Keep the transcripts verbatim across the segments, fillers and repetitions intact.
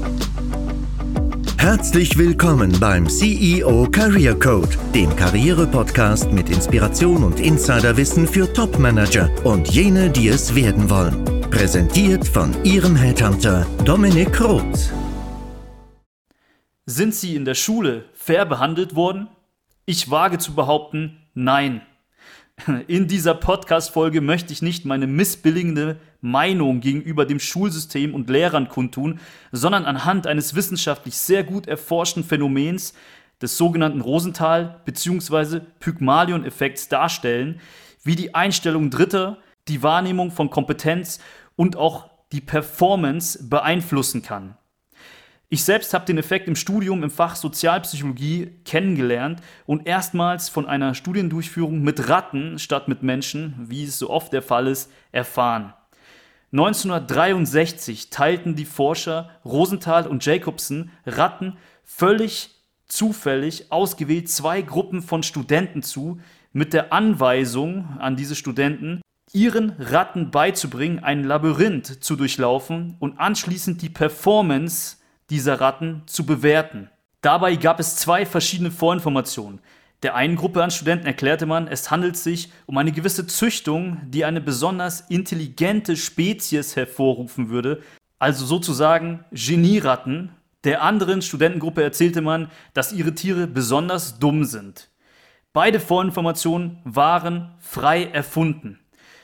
Herzlich willkommen beim C E O Career Code, dem Karriere-Podcast mit Inspiration und Insiderwissen für Top-Manager und jene, die es werden wollen. Präsentiert von Ihrem Headhunter Dominik Roth. Sind Sie in der Schule fair behandelt worden? Ich wage zu behaupten, nein. In dieser Podcast-Folge möchte ich nicht meine missbilligende Meinung gegenüber dem Schulsystem und Lehrern kundtun, sondern anhand eines wissenschaftlich sehr gut erforschten Phänomens des sogenannten Rosenthal- bzw. Pygmalion-Effekts darstellen, wie die Einstellung Dritter die Wahrnehmung von Kompetenz und auch die Performance beeinflussen kann. Ich selbst habe den Effekt im Studium im Fach Sozialpsychologie kennengelernt und erstmals von einer Studiendurchführung mit Ratten statt mit Menschen, wie es so oft der Fall ist, erfahren. neunzehnhundertdreiundsechzig teilten die Forscher Rosenthal und Jacobson Ratten völlig zufällig ausgewählt zwei Gruppen von Studenten zu, mit der Anweisung an diese Studenten, ihren Ratten beizubringen, ein Labyrinth zu durchlaufen und anschließend die Performance dieser Ratten zu bewerten. Dabei gab es zwei verschiedene Vorinformationen. Der einen Gruppe an Studenten erklärte man, es handelt sich um eine gewisse Züchtung, die eine besonders intelligente Spezies hervorrufen würde, also sozusagen Genieratten. Der anderen Studentengruppe erzählte man, dass ihre Tiere besonders dumm sind. Beide Vorinformationen waren frei erfunden.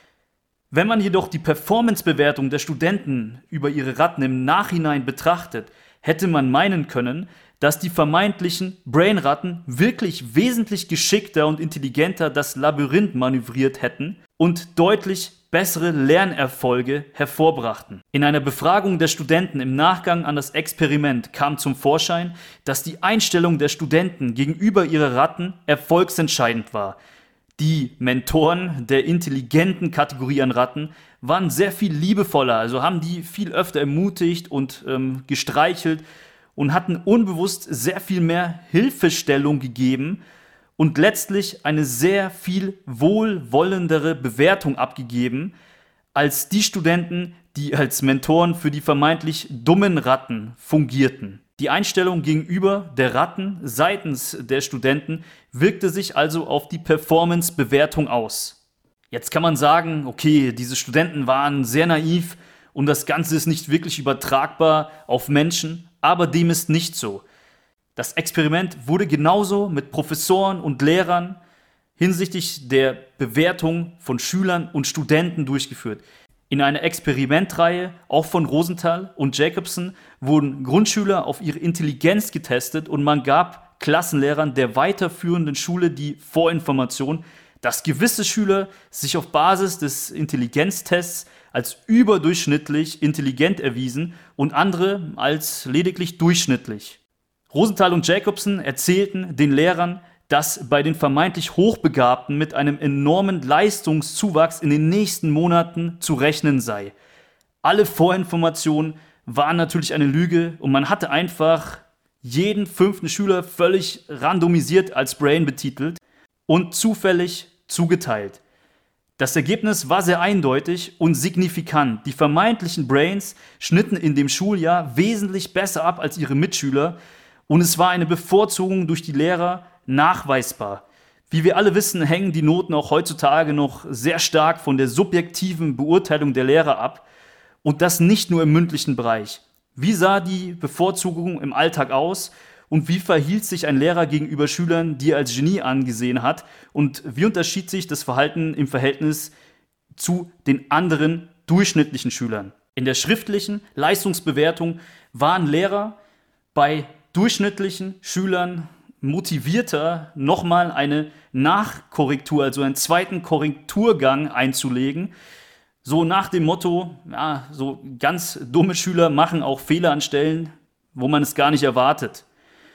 Wenn man jedoch die Performance-Bewertung der Studenten über ihre Ratten im Nachhinein betrachtet, hätte man meinen können, dass die vermeintlichen Brainratten wirklich wesentlich geschickter und intelligenter das Labyrinth manövriert hätten und deutlich bessere Lernerfolge hervorbrachten. In einer Befragung der Studenten im Nachgang an das Experiment kam zum Vorschein, dass die Einstellung der Studenten gegenüber ihrer Ratten erfolgsentscheidend war. Die Mentoren der intelligenten Kategorie an Ratten waren sehr viel liebevoller, also haben die viel öfter ermutigt und ähm, gestreichelt und hatten unbewusst sehr viel mehr Hilfestellung gegeben und letztlich eine sehr viel wohlwollendere Bewertung abgegeben als die Studenten, die als Mentoren für die vermeintlich dummen Ratten fungierten. Die Einstellung gegenüber der Ratten seitens der Studenten wirkte sich also auf die Performance-Bewertung aus. Jetzt kann man sagen, okay, diese Studenten waren sehr naiv und das Ganze ist nicht wirklich übertragbar auf Menschen, aber dem ist nicht so. Das Experiment wurde genauso mit Professoren und Lehrern hinsichtlich der Bewertung von Schülern und Studenten durchgeführt. In einer Experimentreihe, auch von Rosenthal und Jacobson, wurden Grundschüler auf ihre Intelligenz getestet und man gab Klassenlehrern der weiterführenden Schule die Vorinformation, dass gewisse Schüler sich auf Basis des Intelligenztests als überdurchschnittlich intelligent erwiesen und andere als lediglich durchschnittlich. Rosenthal und Jacobson erzählten den Lehrern, dass bei den vermeintlich Hochbegabten mit einem enormen Leistungszuwachs in den nächsten Monaten zu rechnen sei. Alle Vorinformationen waren natürlich eine Lüge und man hatte einfach jeden fünften Schüler völlig randomisiert als Brain betitelt und zufällig zugeteilt. Das Ergebnis war sehr eindeutig und signifikant. Die vermeintlichen Brains schnitten in dem Schuljahr wesentlich besser ab als ihre Mitschüler und es war eine Bevorzugung durch die Lehrer nachweisbar. Wie wir alle wissen, hängen die Noten auch heutzutage noch sehr stark von der subjektiven Beurteilung der Lehrer ab und das nicht nur im mündlichen Bereich. Wie sah die Bevorzugung im Alltag aus und wie verhielt sich ein Lehrer gegenüber Schülern, die er als Genie angesehen hat und wie unterschied sich das Verhalten im Verhältnis zu den anderen durchschnittlichen Schülern? In der schriftlichen Leistungsbewertung waren Lehrer bei durchschnittlichen Schülern motivierter, nochmal eine Nachkorrektur, also einen zweiten Korrekturgang einzulegen. So nach dem Motto, ja, so ganz dumme Schüler machen auch Fehler an Stellen, wo man es gar nicht erwartet.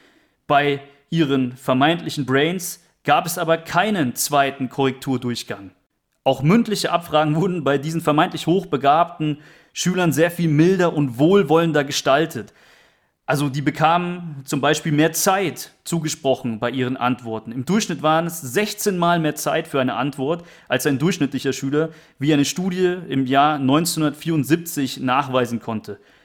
Bei ihren vermeintlichen Brains gab es aber keinen zweiten Korrekturdurchgang. Auch mündliche Abfragen wurden bei diesen vermeintlich hochbegabten Schülern sehr viel milder und wohlwollender gestaltet. Also die bekamen zum Beispiel mehr Zeit zugesprochen bei ihren Antworten. Im Durchschnitt waren es sechzehn Mal mehr Zeit für eine Antwort als ein durchschnittlicher Schüler, wie eine Studie im Jahr neunzehnhundertvierundsiebzig nachweisen konnte.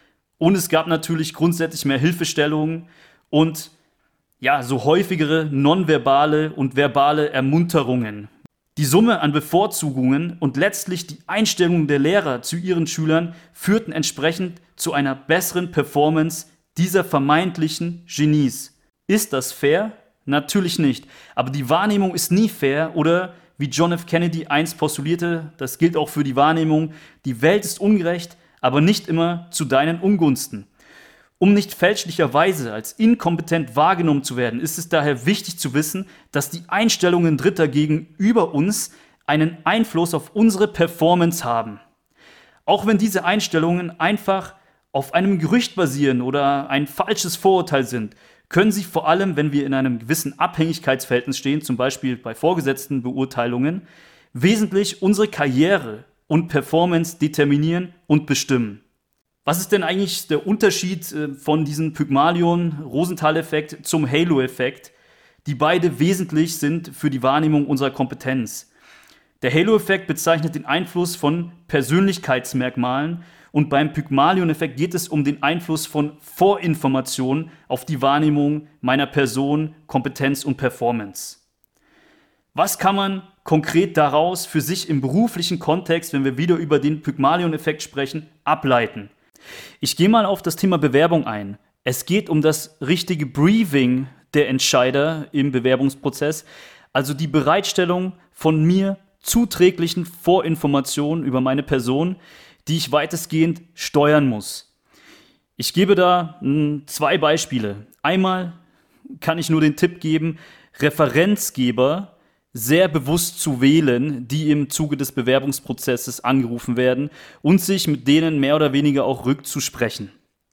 Und es gab natürlich grundsätzlich mehr Hilfestellungen und ja, so häufigere nonverbale und verbale Ermunterungen. Die Summe an Bevorzugungen und letztlich die Einstellung der Lehrer zu ihren Schülern führten entsprechend zu einer besseren Performance dieser vermeintlichen Genies. Ist das fair? Natürlich nicht. Aber die Wahrnehmung ist nie fair oder, wie John F. Kennedy einst postulierte, das gilt auch für die Wahrnehmung, die Welt ist ungerecht, aber nicht immer zu deinen Ungunsten. Um nicht fälschlicherweise als inkompetent wahrgenommen zu werden, ist es daher wichtig zu wissen, dass die Einstellungen Dritter gegenüber uns einen Einfluss auf unsere Performance haben. Auch wenn diese Einstellungen einfach auf einem Gerücht basieren oder ein falsches Vorurteil sind, können sie vor allem, wenn wir in einem gewissen Abhängigkeitsverhältnis stehen, zum Beispiel bei vorgesetzten Beurteilungen, wesentlich unsere Karriere und Performance determinieren und bestimmen. Was ist denn eigentlich der Unterschied von diesem Pygmalion-Rosenthal-Effekt zum Halo-Effekt, die beide wesentlich sind für die Wahrnehmung unserer Kompetenz? Der Halo-Effekt bezeichnet den Einfluss von Persönlichkeitsmerkmalen und beim Pygmalion-Effekt geht es um den Einfluss von Vorinformationen auf die Wahrnehmung meiner Person, Kompetenz und Performance. Was kann man konkret daraus für sich im beruflichen Kontext, wenn wir wieder über den Pygmalion-Effekt sprechen, ableiten? Ich gehe mal auf das Thema Bewerbung ein. Es geht um das richtige Briefing der Entscheider im Bewerbungsprozess, also die Bereitstellung von mir zuträglichen Vorinformationen über meine Person, die ich weitestgehend steuern muss. Ich gebe da mh, zwei Beispiele. Einmal kann ich nur den Tipp geben, Referenzgeber sehr bewusst zu wählen, die im Zuge des Bewerbungsprozesses angerufen werden und sich mit denen mehr oder weniger auch rückzusprechen.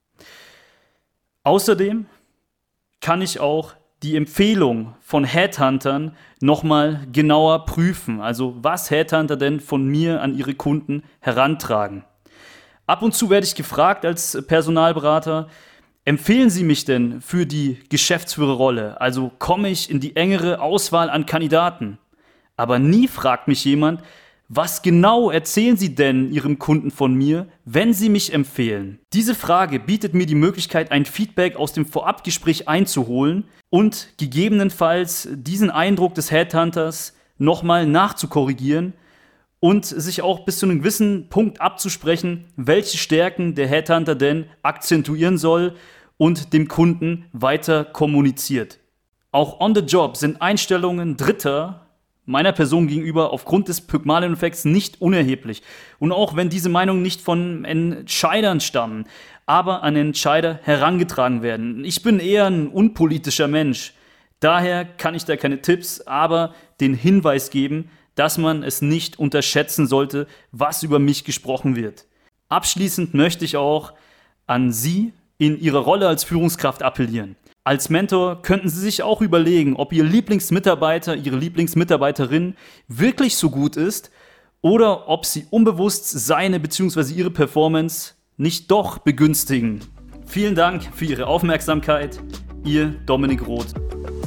Außerdem kann ich auch die Empfehlung von Headhuntern nochmal genauer prüfen, also was Headhunter denn von mir an ihre Kunden herantragen. Ab und zu werde ich gefragt als Personalberater, empfehlen Sie mich denn für die Geschäftsführerrolle? Also komme ich in die engere Auswahl an Kandidaten? Aber nie fragt mich jemand, was genau erzählen Sie denn Ihrem Kunden von mir, wenn Sie mich empfehlen? Diese Frage bietet mir die Möglichkeit, ein Feedback aus dem Vorabgespräch einzuholen und gegebenenfalls diesen Eindruck des Headhunters nochmal nachzukorrigieren und sich auch bis zu einem gewissen Punkt abzusprechen, welche Stärken der Headhunter denn akzentuieren soll und dem Kunden weiter kommuniziert. Auch on the job sind Einstellungen Dritter meiner Person gegenüber aufgrund des Pygmalion-Effekts nicht unerheblich. Und auch wenn diese Meinungen nicht von Entscheidern stammen, aber an Entscheider herangetragen werden. Ich bin eher ein unpolitischer Mensch. Daher kann ich da keine Tipps, aber den Hinweis geben, dass man es nicht unterschätzen sollte, was über mich gesprochen wird. Abschließend möchte ich auch an Sie in Ihrer Rolle als Führungskraft appellieren. Als Mentor könnten Sie sich auch überlegen, ob Ihr Lieblingsmitarbeiter, Ihre Lieblingsmitarbeiterin wirklich so gut ist oder ob Sie unbewusst seine bzw. ihre Performance nicht doch begünstigen. Vielen Dank für Ihre Aufmerksamkeit. Ihr Dominik Roth.